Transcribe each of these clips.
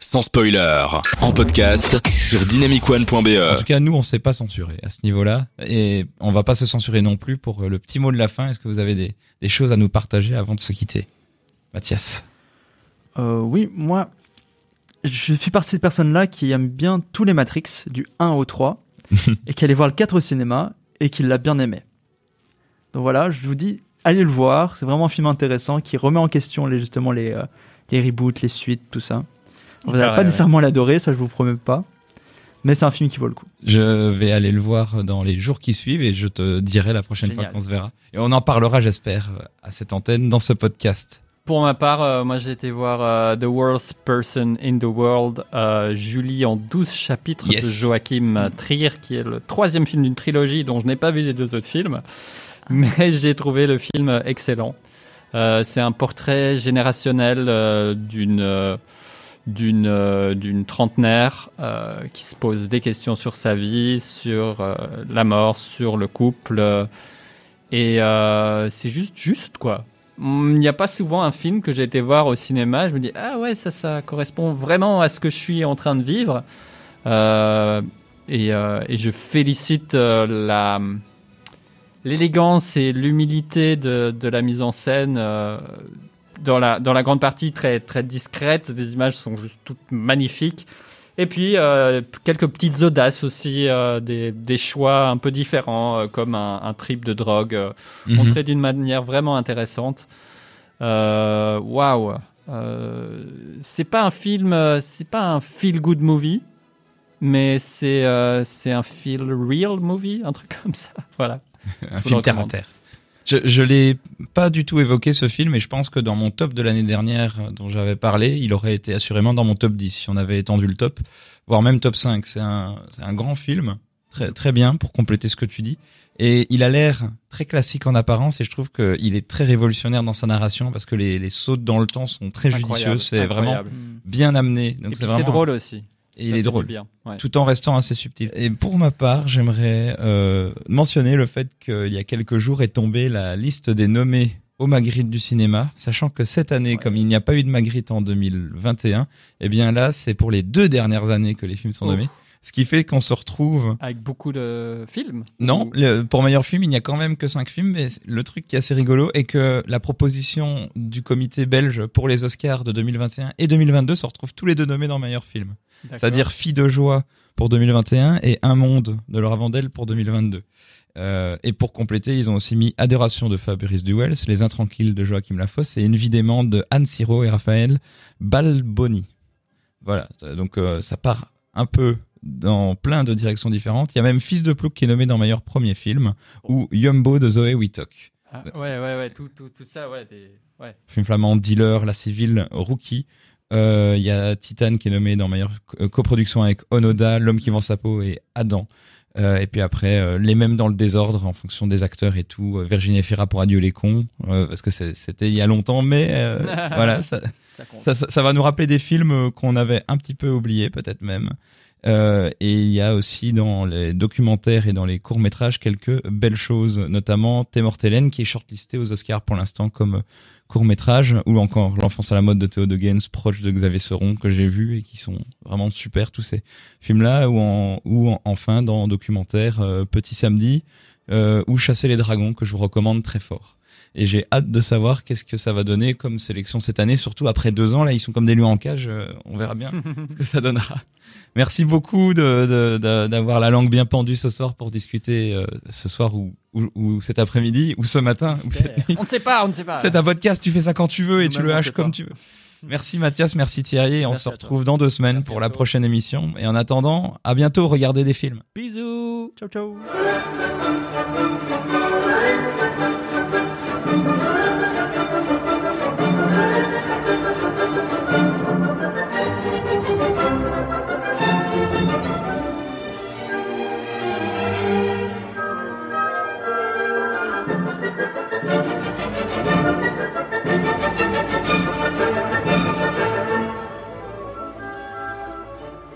sans spoiler, en podcast sur dynamicone.be. En tout cas, nous, on s'est pas censuré à ce niveau-là, et on va pas se censurer non plus pour le petit mot de la fin. Est-ce que vous avez des choses à nous partager avant de se quitter, Mathias? Oui, moi, je fais partie de ces personnes-là qui aiment bien tous les Matrix, du 1 au 3, et qui allait voir le 4 au cinéma, et qui l'a bien aimé. Donc voilà, je vous dis, allez le voir, c'est vraiment un film intéressant, qui remet en question les reboots, les suites, tout ça. Vous n'allez pas nécessairement l'adorer, ça je vous promets pas, mais c'est un film qui vaut le coup. Je vais aller le voir dans les jours qui suivent et je te dirai la prochaine fois qu'on se verra. Et on en parlera, j'espère, à cette antenne, dans ce podcast. Pour ma part, moi j'ai été voir The Worst Person in the World, Julie en 12 chapitres de Joachim Trier, qui est le 3e film d'une trilogie dont je n'ai pas vu les 2 autres films, mais j'ai trouvé le film excellent. C'est un portrait générationnel d'une trentenaire qui se pose des questions sur sa vie, sur la mort, sur le couple, et c'est juste quoi. Il n'y a pas souvent un film que j'ai été voir au cinéma, je me dis ah ouais, ça correspond vraiment à ce que je suis en train de vivre, et je félicite l'élégance et l'humilité de la mise en scène, dans la grande partie très, très discrète. Des images sont juste toutes magnifiques. Et puis, quelques petites audaces aussi, des choix un peu différents, comme un trip de drogue, montré d'une manière vraiment intéressante. Waouh! C'est pas un film, c'est pas un feel-good movie, mais c'est un feel-real movie, un truc comme ça. Voilà. Un film terre à terre. Je l'ai pas du tout évoqué, ce film, et je pense que dans mon top de l'année dernière dont j'avais parlé, il aurait été assurément dans mon top 10 si on avait étendu le top, voire même top 5. C'est un grand film, très, très bien pour compléter ce que tu dis. Et il a l'air très classique en apparence, et je trouve qu'il est très révolutionnaire dans sa narration parce que les sauts dans le temps sont très judicieux. C'est vraiment bien amené. Donc et puis c'est drôle aussi. Et il est drôle, bien, ouais. Tout en restant assez subtil. Et pour ma part, j'aimerais mentionner le fait qu'il y a quelques jours est tombée la liste des nommés au Magritte du cinéma, sachant que cette année, comme il n'y a pas eu de Magritte en 2021, eh bien là, c'est pour les 2 dernières années que les films sont nommés. Ce qui fait qu'on se retrouve... Avec beaucoup de films? Non, pour meilleur film, il n'y a quand même que 5 films, mais le truc qui est assez rigolo est que la proposition du comité belge pour les Oscars de 2021 et 2022 se retrouvent tous les 2 nommés dans meilleur film. D'accord. C'est-à-dire Fille de joie pour 2021 et Un monde de Laura Vandel pour 2022. Et pour compléter, ils ont aussi mis Adoration de Fabrice Duels, Les Intranquilles de Joachim Lafosse et Une vie d'aimante de Anne Siro et Raphaël Balboni. Voilà, donc ça part un peu dans plein de directions différentes. Il y a même Fils de Plouc qui est nommé dans meilleur premier film, ou Yumbo de Zoé Wittok. Ah, ouais, tout ça, ouais. Film flamand, Dealer, La Civile, Rookie. Il y a Titan qui est nommé dans meilleure coproduction avec Onoda, L'homme qui vend sa peau et Adam. Et puis après, les mêmes dans le désordre en fonction des acteurs et tout. Virginie Efira pour Adieu les cons, parce que c'était il y a longtemps, mais voilà, ça va nous rappeler des films qu'on avait un petit peu oubliés, peut-être même. Et il y a aussi dans les documentaires et dans les courts-métrages quelques belles choses, notamment T'es morte Hélène qui est shortlisté aux Oscars pour l'instant comme court-métrage, ou encore L'enfance à la mode de Théo de Gens, proche de Xavier Seron, que j'ai vu et qui sont vraiment super, tous ces films-là, ou enfin dans documentaire Petit Samedi ou Chasser les dragons, que je vous recommande très fort. Et j'ai hâte de savoir qu'est-ce que ça va donner comme sélection cette année, surtout après 2 ans. Là, ils sont comme des lions en cage. On verra bien ce que ça donnera. Merci beaucoup d'avoir la langue bien pendue ce soir pour discuter ce soir ou cet après-midi ou ce matin. Ou cette nuit. On ne sait pas. C'est un podcast, tu fais ça quand tu veux et tu le haches comme tu veux. Merci Mathias, merci Thierry. Et on se retrouve dans 2 semaines pour la prochaine émission. Et en attendant, à bientôt, regardez des films. Bisous. Ciao, ciao.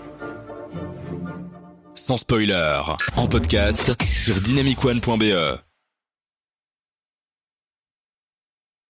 Sans spoiler, en podcast sur dynamicone.be.